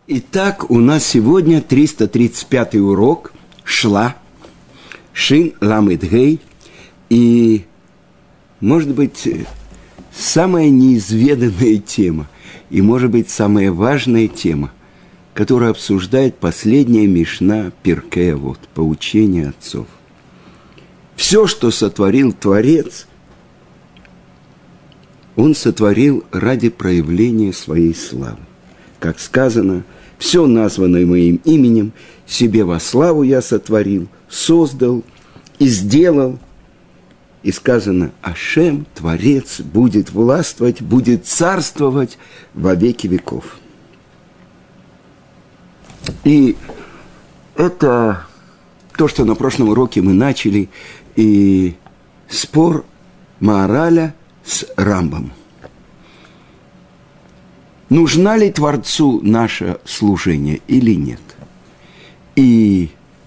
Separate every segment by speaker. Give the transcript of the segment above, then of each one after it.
Speaker 1: Итак, у нас сегодня 335-й урок Шла, Шин Ламед Гей. И, может быть, самая неизведанная тема, и, может быть, самая важная тема, которую обсуждает последняя Мишна Пиркей Авот, поучение отцов. Все, что сотворил Творец, Он сотворил ради проявления своей славы. Как сказано, все названное моим именем, себе во славу я сотворил, создал и сделал. И сказано, Ашем, Творец, будет властвовать, будет царствовать во веки веков. И это то, что на прошлом уроке мы начали, и спор Маараля с Рамбом. Нужно ли Творцу наше служение или нет? И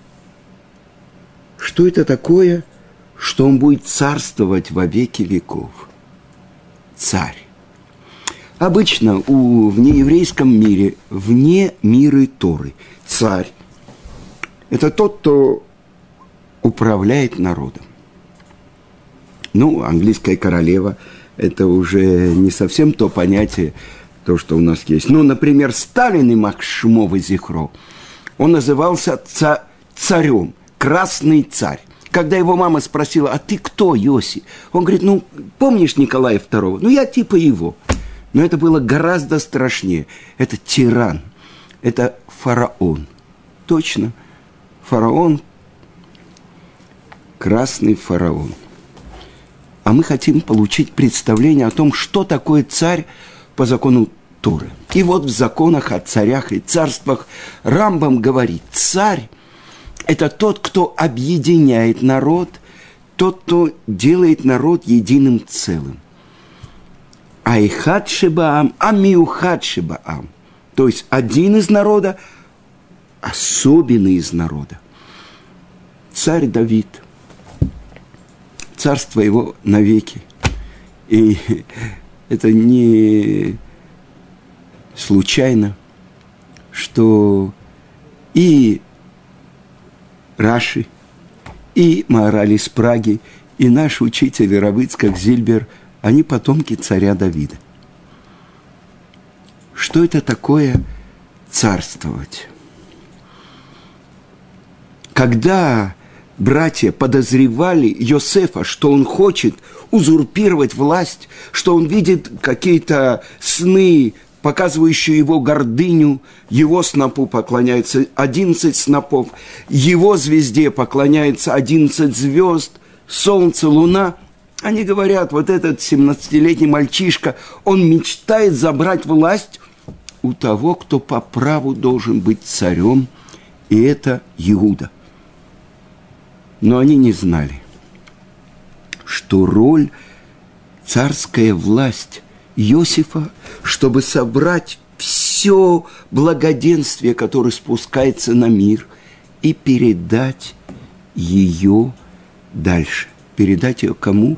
Speaker 1: что это такое, что Он будет царствовать во веки веков? Царь. Обычно в нееврейском мире, вне мира Торы, царь – это тот, кто управляет народом. Английская королева – это уже не совсем то понятие, то, что у нас есть. Например, Сталин и Макшмов и Зихро, он назывался царем, красный царь. Когда его мама спросила, а ты кто, Йоси? Он говорит, помнишь Николая II? Я типа его. Но это было гораздо страшнее. Это тиран, это фараон. Точно, фараон, красный фараон. А мы хотим получить представление о том, что такое царь по закону Торы. И вот в законах о царях и царствах Рамбам говорит, царь – это тот, кто объединяет народ, тот, кто делает народ единым целым. Айхад шебаам, амиухад шебаам. То есть один из народа, особенный из народа. Царь Давид. Царство его навеки. И это не случайно, что и Раши, и Маараль из Праги, и наш учитель Рав Ицхак Зильбер, они потомки царя Давида. Что это такое царствовать? Когда братья подозревали Йосефа, что он хочет узурпировать власть, что он видит какие-то сны, показывающие его гордыню, его снопу поклоняются 11 снопов, его звезде поклоняются 11 звезд, солнце, луна. Они говорят, вот этот 17-летний мальчишка, он мечтает забрать власть у того, кто по праву должен быть царем, и это Иуда. Но они не знали, что роль царская власть Иосифа, чтобы собрать все благоденствие, которое спускается на мир, и передать ее дальше. Передать ее кому?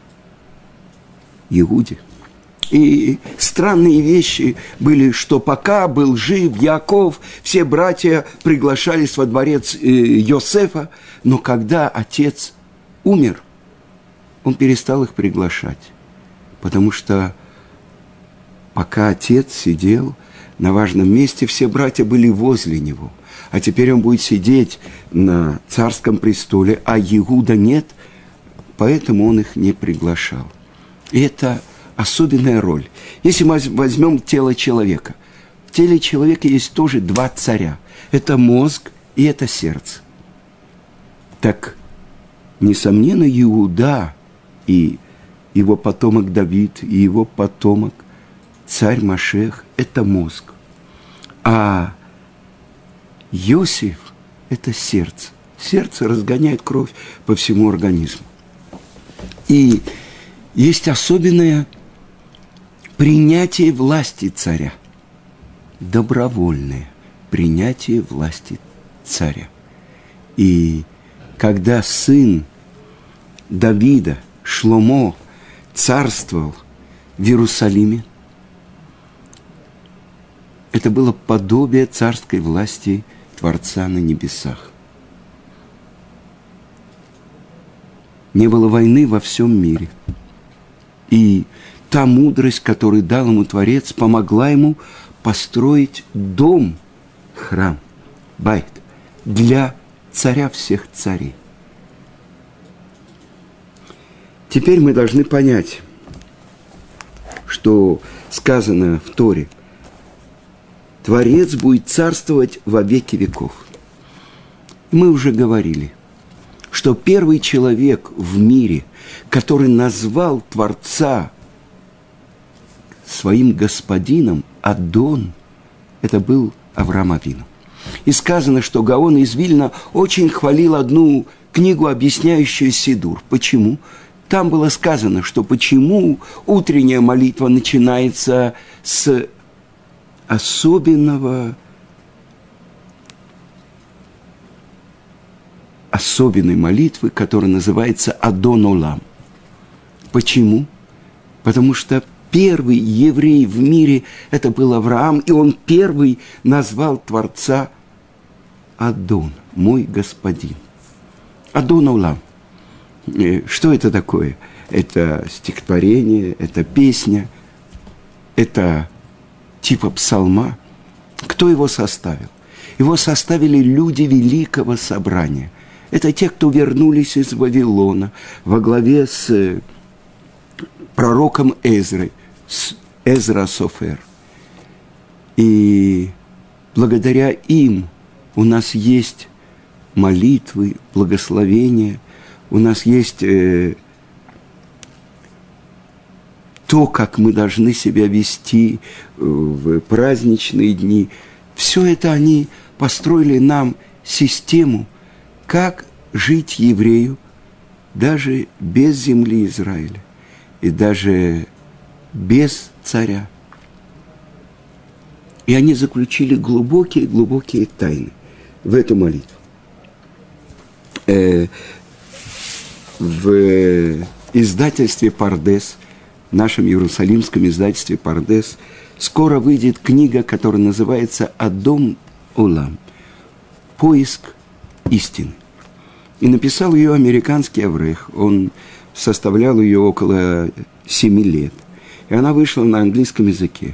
Speaker 1: Иуде. И странные вещи были, что пока был жив Яков, все братья приглашались во дворец Йосефа, но когда отец умер, он перестал их приглашать, потому что пока отец сидел на важном месте, все братья были возле него, а теперь он будет сидеть на царском престоле, а Иуда нет, поэтому он их не приглашал. И это особенная роль. Если мы возьмем тело человека, в теле человека есть тоже два царя. Это мозг и это сердце. Так, несомненно, Иуда и его потомок Давид, и его потомок царь Машех – это мозг. А Иосиф – это сердце. Сердце разгоняет кровь по всему организму. И есть особенное принятие власти царя. Добровольное принятие власти царя. И когда сын Давида, Шломо, царствовал в Иерусалиме, это было подобие царской власти Творца на небесах. Не было войны во всем мире. И та мудрость, которую дал ему Творец, помогла ему построить дом, храм, байт, для царя всех царей. Теперь мы должны понять, что сказано в Торе: Творец будет царствовать во веки веков. Мы уже говорили, что первый человек в мире, который назвал Творца своим господином, Адон, это был Авраам Авину. И сказано, что Гаон из Вильна очень хвалил одну книгу, объясняющую Сидур. Почему? Там было сказано, что почему утренняя молитва начинается с особенной молитвы, которая называется Адон Олам. Почему? Потому что первый еврей в мире – это был Авраам, и он первый назвал Творца Адон, мой господин. Адон Олам. Что это такое? Это стихотворение, это песня, это типа псалма. Кто его составил? Его составили люди великого собрания. Это те, кто вернулись из Вавилона во главе с пророком Эзрой, с Эзра Софер. И благодаря им у нас есть молитвы, благословения, у нас есть то, как мы должны себя вести в праздничные дни. Все это они построили нам систему, как жить еврею даже без земли Израиля и даже без царя. И они заключили глубокие тайны в эту молитву. В издательстве «Пардес», в нашем иерусалимском издательстве «Пардес», скоро выйдет книга, которая называется «Адон Олам. Поиск истины». И написал ее американский еврей. Он составлял ее около 7 лет. И она вышла на английском языке.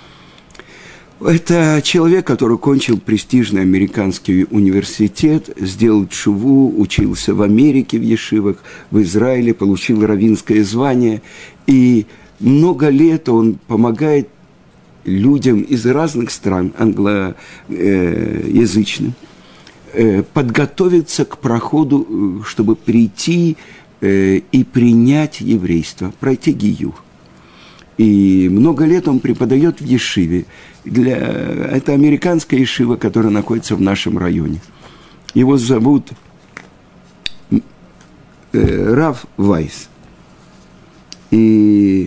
Speaker 1: Это человек, который кончил престижный американский университет, сделал тшуву, учился в Америке в ешивах, в Израиле, получил раввинское звание. И много лет он помогает людям из разных стран, англоязычным, подготовиться к проходу, чтобы прийти и принять еврейство, пройти гиюр. И много лет он преподает в ешиве. Это американская ешива, которая находится в нашем районе. Его зовут Рав Вайс. И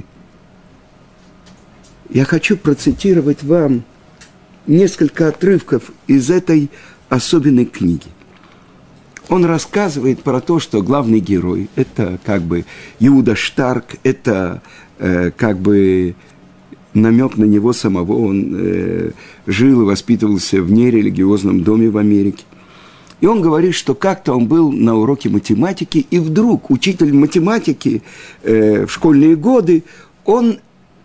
Speaker 1: я хочу процитировать вам несколько отрывков из этой особенной книги. Он рассказывает про то, что главный герой – это как бы Иуда Штарк, это как бы намек на него самого. Он жил и воспитывался в нерелигиозном доме в Америке. И он говорит, что как-то он был на уроке математики, и вдруг учитель математики в школьные годы, он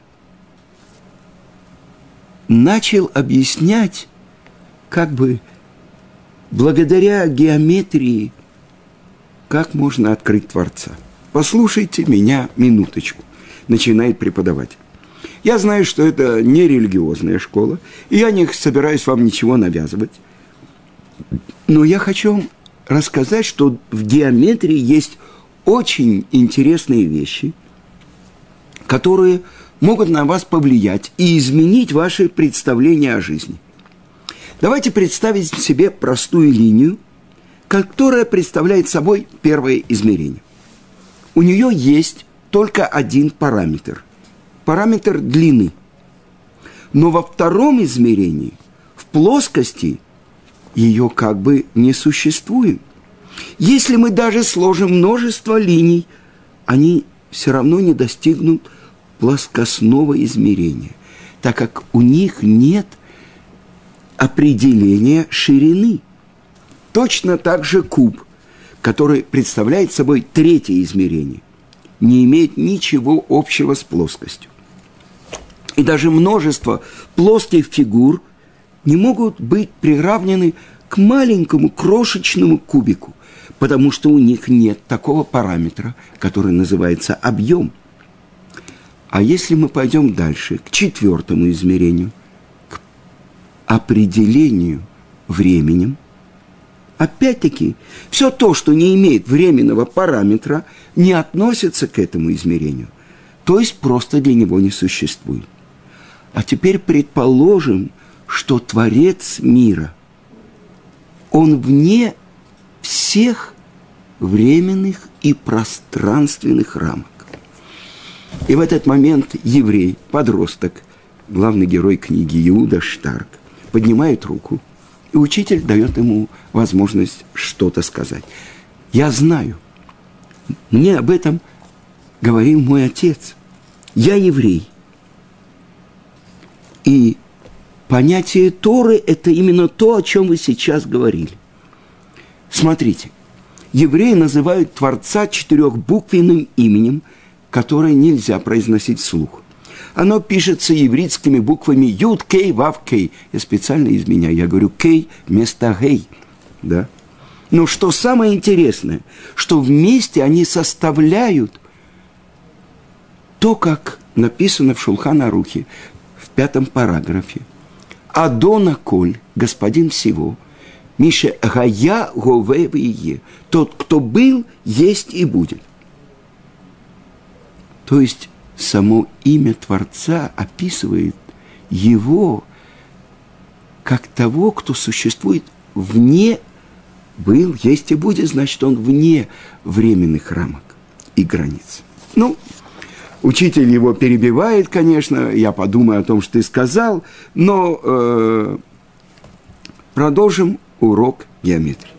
Speaker 1: начал объяснять, как бы благодаря геометрии, как можно открыть Творца. Послушайте меня минуточку, начинает преподавать. Я знаю, что это не религиозная школа, и я не собираюсь вам ничего навязывать. Но я хочу вам рассказать, что в геометрии есть очень интересные вещи, которые могут на вас повлиять и изменить ваши представления о жизни. Давайте представить себе простую линию, которая представляет собой первое измерение. У нее есть только один параметр – параметр длины. Но во втором измерении, в плоскости, ее как бы не существует. Если мы даже сложим множество линий, они все равно не достигнут плоскостного измерения, так как у них нет определение ширины. Точно так же куб, который представляет собой третье измерение, не имеет ничего общего с плоскостью. И даже множество плоских фигур не могут быть приравнены к маленькому крошечному кубику, потому что у них нет такого параметра, который называется объем. А если мы пойдем дальше, к четвертому измерению, к определению временем, опять-таки, все то, что не имеет временного параметра, не относится к этому измерению, то есть просто для него не существует. А теперь предположим, что Творец мира, он вне всех временных и пространственных рамок. И в этот момент еврей, подросток, главный герой книги Иуда Штарк, поднимает руку, и учитель дает ему возможность что-то сказать. Я знаю, мне об этом говорил мой отец. Я еврей. И понятие Торы – это именно то, о чем вы сейчас говорили. Смотрите, евреи называют Творца четырехбуквенным именем, которое нельзя произносить вслух. Оно пишется еврейскими буквами Юд, Кей, Вав, Кей. Я специально изменяю, я говорю Кей вместо Гей. Да? Но что самое интересное, что вместе они составляют то, как написано в Шулхан Арухе, в 5 параграфе. Адона Коль, господин всего, Миша Гая Гове Вие, тот, кто был, есть и будет. То есть само имя Творца описывает его как того, кто существует вне, был, есть и будет, значит, он вне временных рамок и границ. Ну, учитель его перебивает, конечно, я подумаю о том, что ты сказал, но продолжим урок геометрии.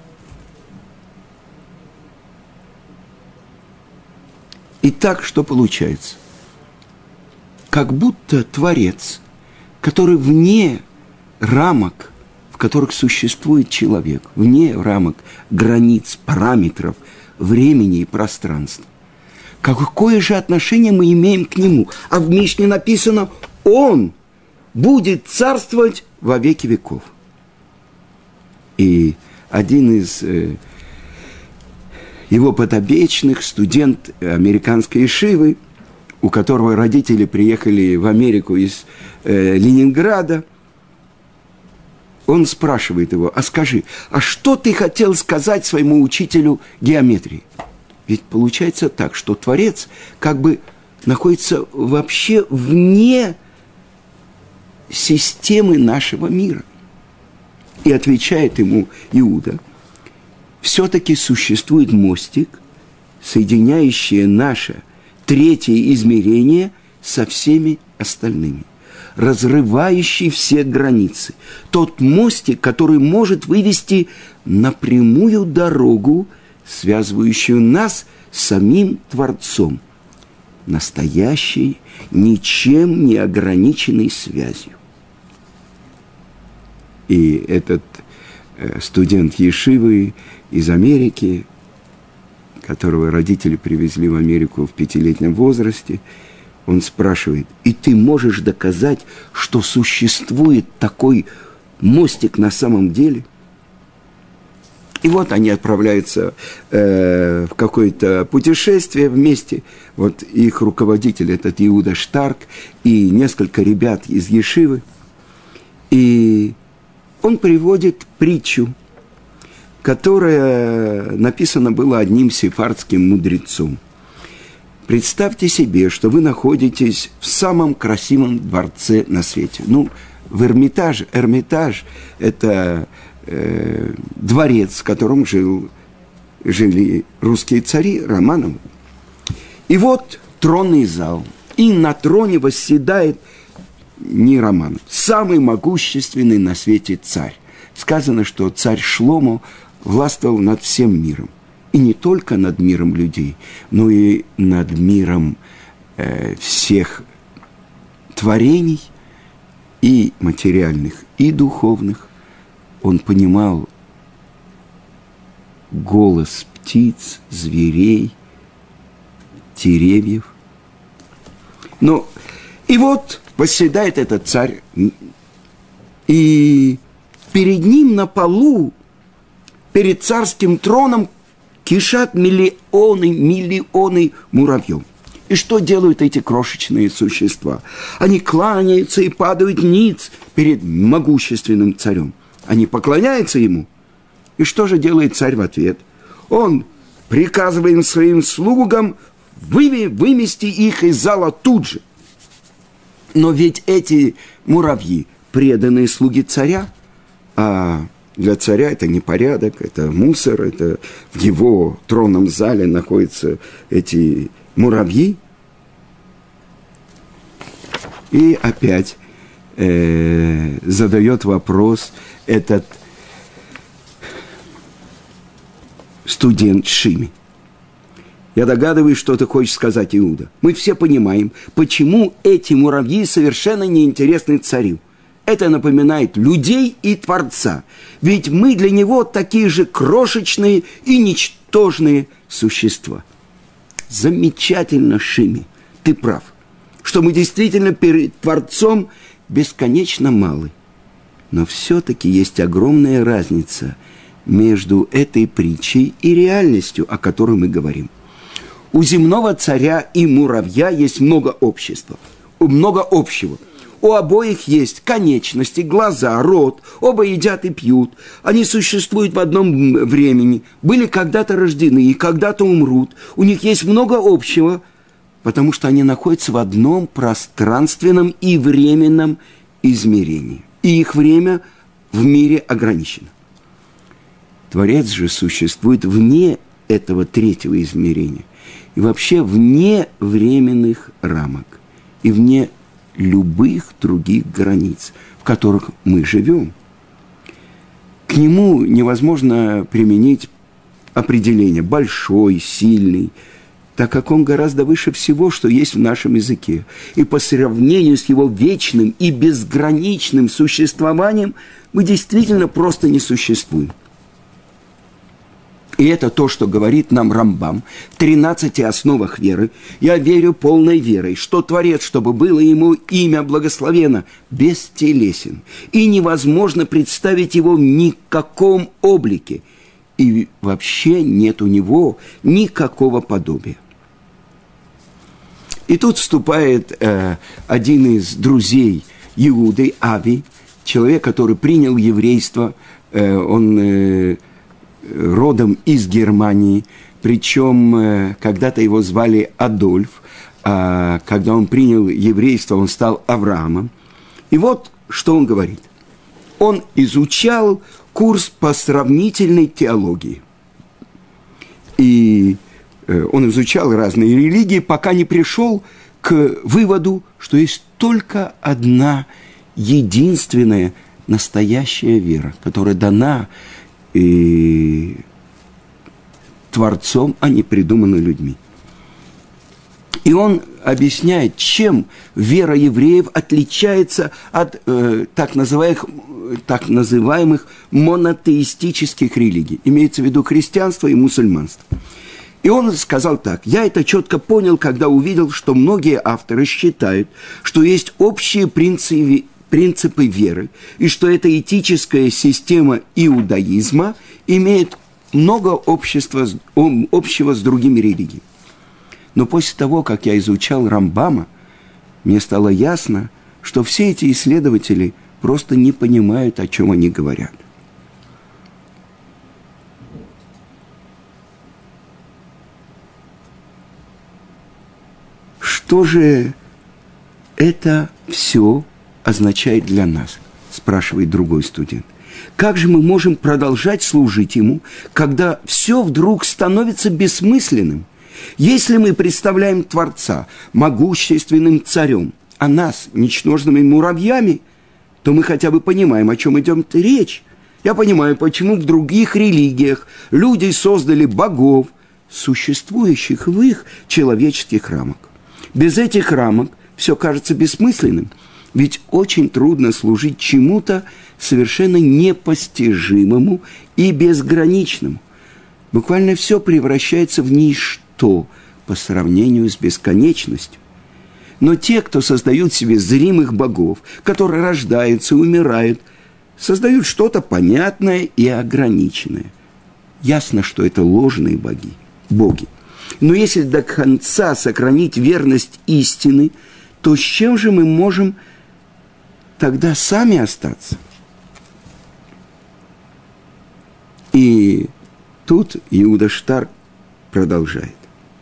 Speaker 1: Итак, что получается? Как будто Творец, который вне рамок, в которых существует человек, вне рамок, границ, параметров, времени и пространства, какое же отношение мы имеем к нему? А в Мишне написано, он будет царствовать во веки веков. И один из его подопечных, студент американской ешивы, у которого родители приехали в Америку из Ленинграда, он спрашивает его, а скажи, а что ты хотел сказать своему учителю геометрии? Ведь получается так, что Творец как бы находится вообще вне системы нашего мира. И отвечает ему Иуда, все-таки существует мостик, соединяющий наше третье измерение со всеми остальными, разрывающий все границы. Тот мостик, который может вывести на прямую дорогу, связывающую нас с самим Творцом, настоящей, ничем не ограниченной связью. И этот студент ешивы из Америки, которого родители привезли в Америку в 5-летнем возрасте, он спрашивает, и ты можешь доказать, что существует такой мостик на самом деле? И вот они отправляются в какое-то путешествие вместе. Вот их руководитель, этот Иуда Штарк, и несколько ребят из ешивы. И он приводит притчу, которая написана была одним сефардским мудрецом. Представьте себе, что вы находитесь в самом красивом дворце на свете. Ну, в Эрмитаже. Эрмитаж – это дворец, в котором жили русские цари Романовы. И вот тронный зал. И на троне восседает не Романов, самый могущественный на свете царь. Сказано, что царь Шломо властвовал над всем миром. И не только над миром людей, но и над миром всех творений, и материальных, и духовных. он понимал голос птиц, зверей, деревьев. Ну, и вот восседает этот царь, и перед ним на полу, перед царским троном, кишат миллионы муравьев. И что делают эти крошечные существа? Они кланяются и падают ниц перед могущественным царем. Они поклоняются ему. И что же делает царь в ответ? Он приказывает своим слугам вымести их из зала тут же. Но ведь эти муравьи преданные слуги царя, а для царя это непорядок, это мусор, это в его тронном зале находятся эти муравьи. И опять задает вопрос этот студент Шими. Я догадываюсь, что ты хочешь сказать, Иуда. Мы все понимаем, почему эти муравьи совершенно неинтересны царю. Это напоминает людей и Творца. Ведь мы для него такие же крошечные и ничтожные существа. Замечательно, Шими, ты прав, что мы действительно перед Творцом бесконечно малы. Но все-таки есть огромная разница между этой притчей и реальностью, о которой мы говорим. У земного царя и муравья есть много общего. У обоих есть конечности, глаза, рот, оба едят и пьют. Они существуют в одном времени, были когда-то рождены и когда-то умрут. У них есть много общего, потому что они находятся в одном пространственном и временном измерении. И их время в мире ограничено. Творец же существует вне этого третьего измерения. И вообще вне временных рамок. И вне любых других границ, в которых мы живем. К нему невозможно применить определение «большой», «сильный», так как он гораздо выше всего, что есть в нашем языке. И по сравнению с его вечным и безграничным существованием мы действительно просто не существуем. И это то, что говорит нам Рамбам в 13 основах веры. Я верю полной верой, что Творец, чтобы было ему имя благословенно, бестелесен. И невозможно представить его в никаком облике. И вообще нет у него никакого подобия. И тут вступает один из друзей Иуды, Ави, человек, который принял еврейство, он родом из Германии, причем когда-то его звали Адольф, а когда он принял еврейство, он стал Авраамом. И вот что он говорит. Он изучал курс по сравнительной теологии. И он изучал разные религии, пока не пришел к выводу, что есть только одна единственная настоящая вера, которая дана и Творцом, а не придумана людьми. И он объясняет, чем вера евреев отличается от так называемых монотеистических религий. Имеется в виду христианство и мусульманство. И он сказал так: я это четко понял, когда увидел, что многие авторы считают, что есть общие принципы веры, и что эта этическая система иудаизма имеет много общего с другими религиями. Но после того, как я изучал Рамбама, мне стало ясно, что все эти исследователи просто не понимают, о чем они говорят. Что же это все означает для нас, спрашивает другой студент. Как же мы можем продолжать служить ему, когда все вдруг становится бессмысленным? Если мы представляем Творца могущественным царем, а нас ничтожными муравьями, то мы хотя бы понимаем, о чем идет речь. Я понимаю, почему в других религиях люди создали богов, существующих в их человеческих рамках. Без этих рамок все кажется бессмысленным. Ведь очень трудно служить чему-то совершенно непостижимому и безграничному. Буквально все превращается в ничто по сравнению с бесконечностью. Но те, кто создают себе зримых богов, которые рождаются и умирают, создают что-то понятное и ограниченное. Ясно, что это ложные боги. Но если до конца сохранить верность истины, то с чем же мы можем тогда сами остаться? И тут Иуда Штар продолжает.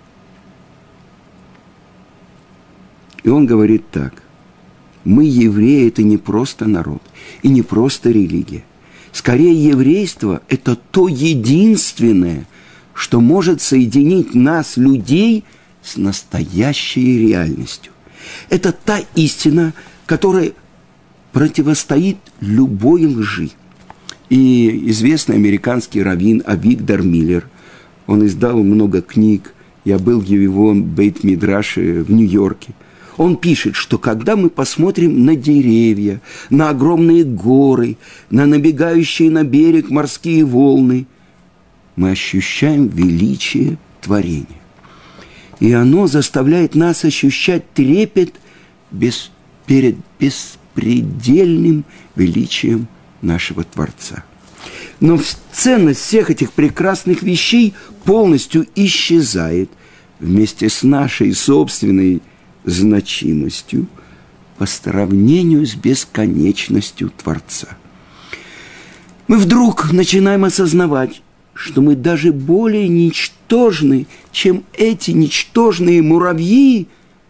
Speaker 1: И он говорит так. Мы, евреи, это не просто народ и не просто религия. Скорее, еврейство – это то единственное, что может соединить нас, людей, с настоящей реальностью. Это та истина, которая противостоит любой лжи. И известный американский раввин Авигдор Миллер, он издал много книг, я был в его бейт-мидраше в Нью-Йорке. Он пишет, что когда мы посмотрим на деревья, на огромные горы, на набегающие на берег морские волны, мы ощущаем величие творения. И оно заставляет нас ощущать трепет перед беспредельным величием нашего Творца. Но ценность всех этих прекрасных вещей полностью исчезает вместе с нашей собственной значимостью по сравнению с бесконечностью Творца. Мы вдруг начинаем осознавать, что мы даже более ничтожны, чем эти ничтожные муравьи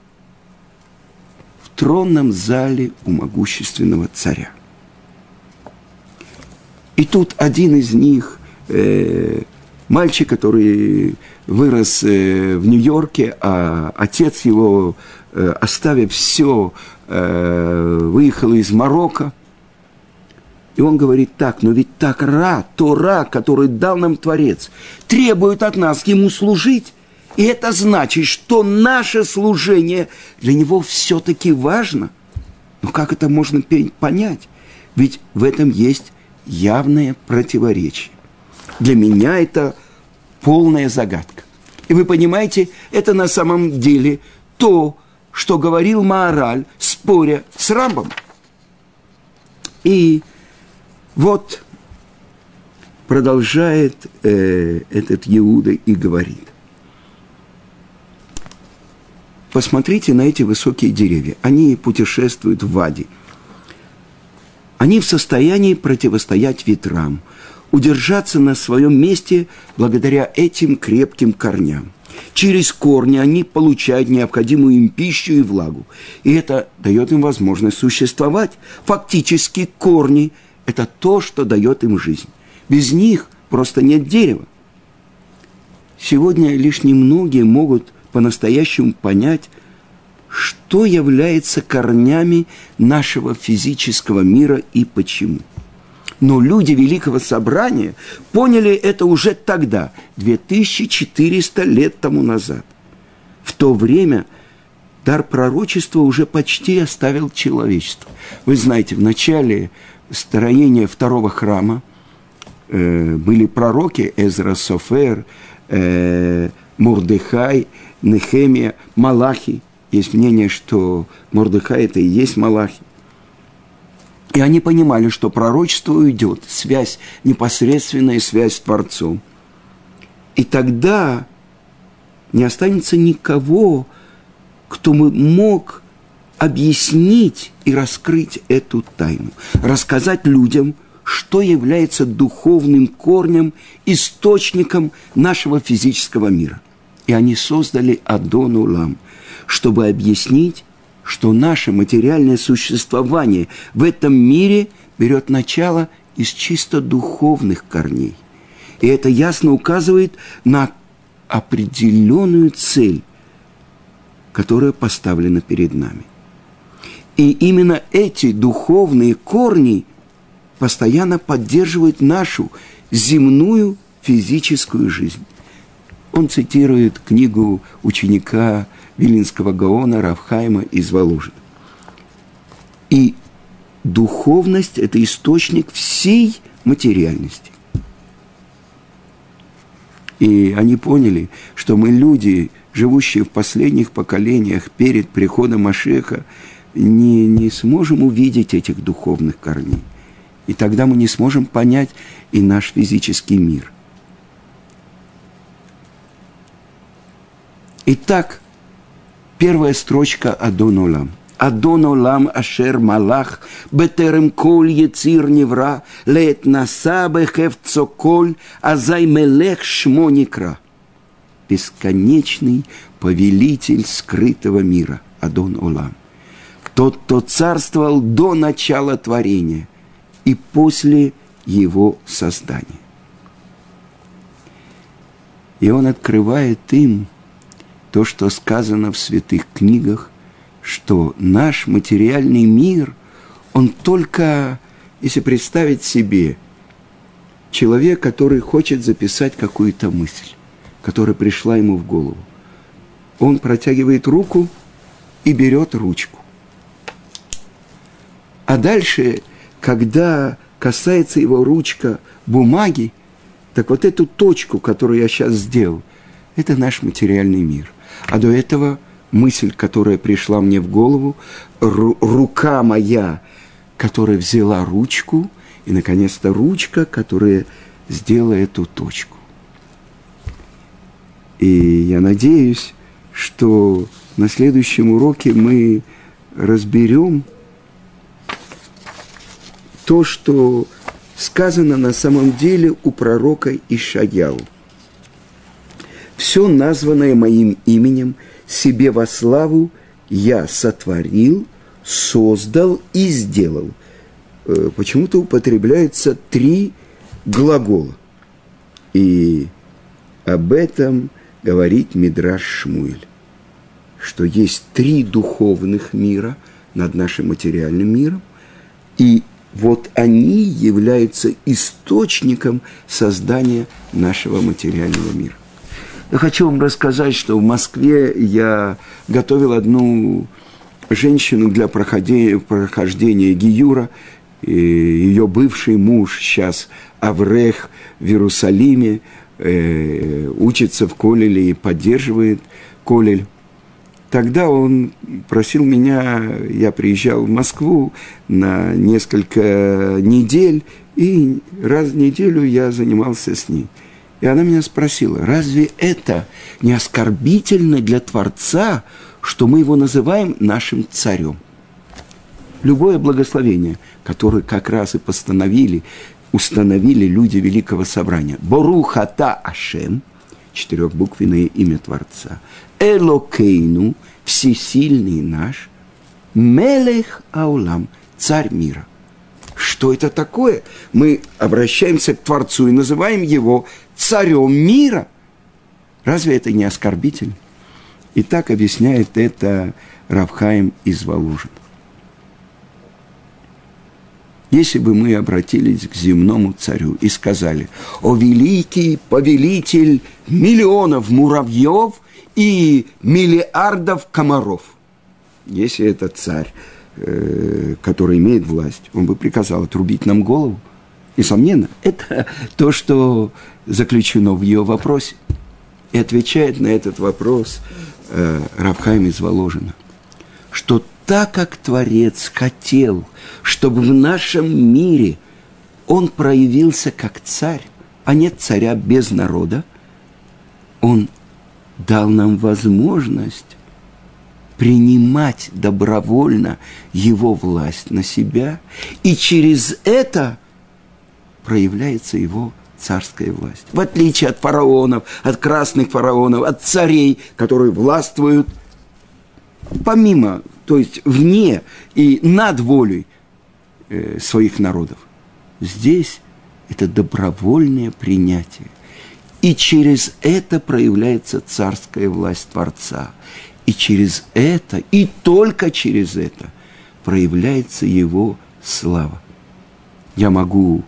Speaker 1: в тронном зале у могущественного царя. И тут один из них, мальчик, который вырос в Нью-Йорке, а отец его, оставив все, выехал из Марокко. И он говорит так, но ведь так Тора, который дал нам Творец, требует от нас ему служить. И это значит, что наше служение для него все-таки важно. Но как это можно понять? Ведь в этом есть явное противоречие. Для меня это полная загадка. И вы понимаете, это на самом деле то, что говорил Маораль, споря с Рамбом. И вот продолжает этот Иуда и говорит. Посмотрите на эти высокие деревья. Они путешествуют в Вади. Они в состоянии противостоять ветрам, удержаться на своем месте благодаря этим крепким корням. Через корни они получают необходимую им пищу и влагу. И это дает им возможность существовать. Фактически корни – это то, что дает им жизнь. Без них просто нет дерева. Сегодня лишь немногие могут по-настоящему понять, что является корнями нашего физического мира и почему. Но люди Великого Собрания поняли это уже тогда, 2400 лет тому назад. В то время дар пророчества уже почти оставил человечество. Вы знаете, в начале строения второго храма были пророки Эзра, Софер, Мордехай, Нехемия, Малахи. Есть мнение, что Мордехай – это и есть Малахи. И они понимали, что пророчество уйдет, связь, непосредственная связь с Творцом. И тогда не останется никого, кто мог объяснить и раскрыть эту тайну, рассказать людям, что является духовным корнем, источником нашего физического мира. И они создали Адон Улам, чтобы объяснить, что наше материальное существование в этом мире берет начало из чисто духовных корней. И это ясно указывает на определенную цель, которая поставлена перед нами. И именно эти духовные корни постоянно поддерживают нашу земную физическую жизнь. Он цитирует книгу ученика Вилинского Гаона Рав Хаима из Воложина. И духовность – это источник всей материальности. И они поняли, что мы люди, живущие в последних поколениях перед приходом Машеха, не сможем увидеть этих духовных корней. И тогда мы не сможем понять и наш физический мир. Итак, первая строчка Адон Олам. Адон Олам ашер малах бетерем коль яцир невра леет наса бехевцо коль азай мелех шмо никра. Бесконечный повелитель скрытого мира. Адон Олам. Тот, кто царствовал до начала творения и после его создания. И он открывает им то, что сказано в святых книгах, что наш материальный мир, он только, если представить себе, человек, который хочет записать какую-то мысль, которая пришла ему в голову, он протягивает руку и берет ручку. А дальше, когда касается его ручка бумаги, так вот эту точку, которую я сейчас сделал, это наш материальный мир. А до этого мысль, которая пришла мне в голову, рука моя, которая взяла ручку, и, наконец-то, ручка, которая сделала эту точку. И я надеюсь, что на следующем уроке мы разберем то, что сказано на самом деле у пророка Ишаяу. «Все названное моим именем себе во славу я сотворил, создал и сделал». Почему-то употребляются 3 глагола. И об этом говорит Мидраш Шмуэль, что есть 3 духовных мира над нашим материальным миром, и вот они являются источником создания нашего материального мира. Я хочу вам рассказать, что в Москве я готовил одну женщину для прохождения гиюра. И ее бывший муж сейчас Аврех в Иерусалиме, учится в коллеле и поддерживает коллель. Тогда он просил меня, я приезжал в Москву на несколько недель, и раз в неделю я занимался с ней. И она меня спросила, разве это не оскорбительно для Творца, что мы его называем нашим царем? Любое благословение, которое как раз и установили люди Великого Собрания. Борух ата Ашем, 4-буквенное имя Творца. Элокейну, всесильный наш. Мелех аулам, царь мира. Что это такое? Мы обращаемся к Творцу и называем его царем мира. Разве это не оскорбительно? И так объясняет это Рав Хаим из Волужина. Если бы мы обратились к земному царю и сказали: «О великий повелитель миллионов муравьев и миллиардов комаров», если это царь, который имеет власть, он бы приказал отрубить нам голову. Несомненно, это то, что заключено в ее вопросе. И отвечает на этот вопрос Рав Хаим из Воложина, что так как Творец хотел, чтобы в нашем мире он проявился как царь, а нет царя без народа, он дал нам возможность принимать добровольно его власть на себя, и через это проявляется его царская власть. В отличие от фараонов, от красных фараонов, от царей, которые властвуют помимо, то есть вне и над волей своих народов. Здесь это добровольное принятие. И через это проявляется царская власть Творца. И через это, и только через это проявляется его слава. Я могу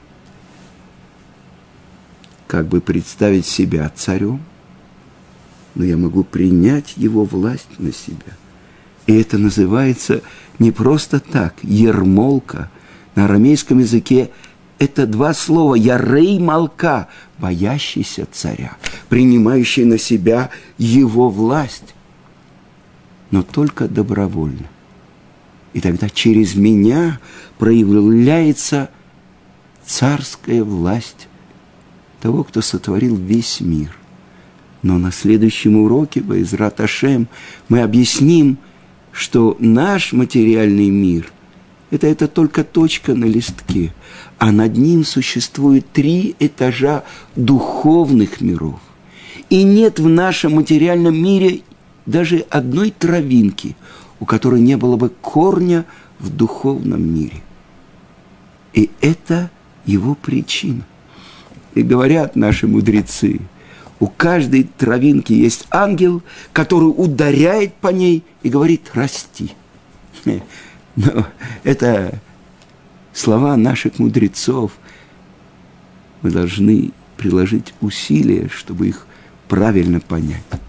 Speaker 1: как бы представить себя царем, но я могу принять его власть на себя. И это называется не просто так. Ермолка на арамейском языке – это два слова «ярей малка», боящийся царя, принимающий на себя его власть, но только добровольно. И тогда через меня проявляется царская власть того, кто сотворил весь мир. Но на следующем уроке, Бе'эзрат Ашем, мы объясним, что наш материальный мир – это только точка на листке, а над ним существует 3 этажа духовных миров. И нет в нашем материальном мире даже одной травинки, у которой не было бы корня в духовном мире. И это его причина. И говорят наши мудрецы, у каждой травинки есть ангел, который ударяет по ней и говорит «расти». Но это слова наших мудрецов. Мы должны приложить усилия, чтобы их правильно понять.